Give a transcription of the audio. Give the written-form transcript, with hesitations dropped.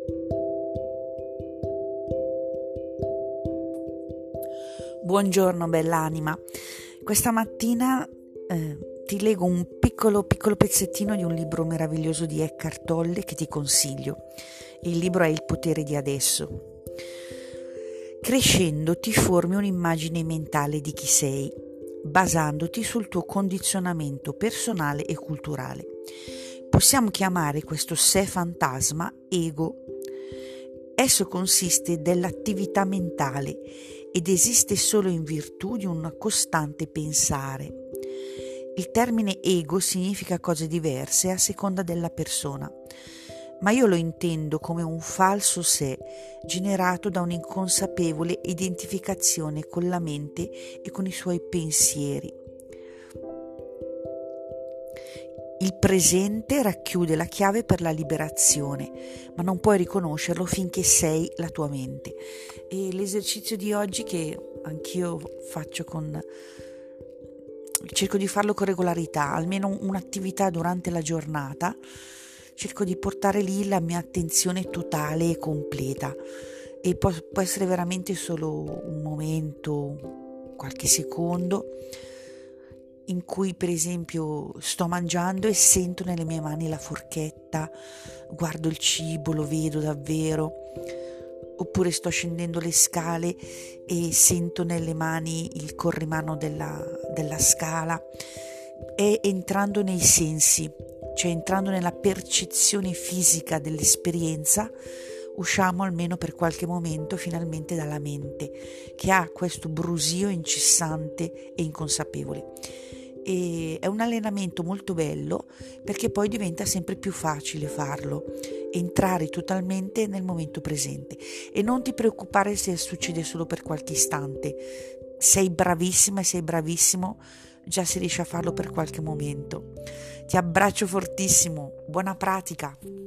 Buongiorno bell'anima, questa mattina ti leggo un piccolo pezzettino di un libro meraviglioso di Eckhart Tolle che ti consiglio. Il libro è Il potere di adesso. Crescendo ti formi un'immagine mentale di chi sei, basandoti sul tuo condizionamento personale e culturale. Possiamo chiamare questo sé fantasma ego. Esso consiste dell'attività mentale ed esiste solo in virtù di un costante pensare. Il termine ego significa cose diverse a seconda della persona, ma io lo intendo come un falso sé generato da un'inconsapevole identificazione con la mente e con i suoi pensieri. Il presente racchiude la chiave per la liberazione, ma non puoi riconoscerlo finché sei la tua mente. E l'esercizio di oggi, che anch'io faccio cerco di farlo con regolarità, almeno un'attività durante la giornata, cerco di portare lì la mia attenzione totale e completa. E può essere veramente solo un momento, qualche secondo, in cui per esempio sto mangiando e sento nelle mie mani la forchetta, guardo il cibo, lo vedo davvero, oppure sto scendendo le scale e sento nelle mani il corrimano della scala, e entrando nei sensi, cioè entrando nella percezione fisica dell'esperienza, usciamo almeno per qualche momento finalmente dalla mente, che ha questo brusio incessante e inconsapevole. E è un allenamento molto bello, perché poi diventa sempre più facile farlo, entrare totalmente nel momento presente. E non ti preoccupare se succede solo per qualche istante, sei bravissima e sei bravissimo già se riesci a farlo per qualche momento. Ti abbraccio fortissimo, buona pratica.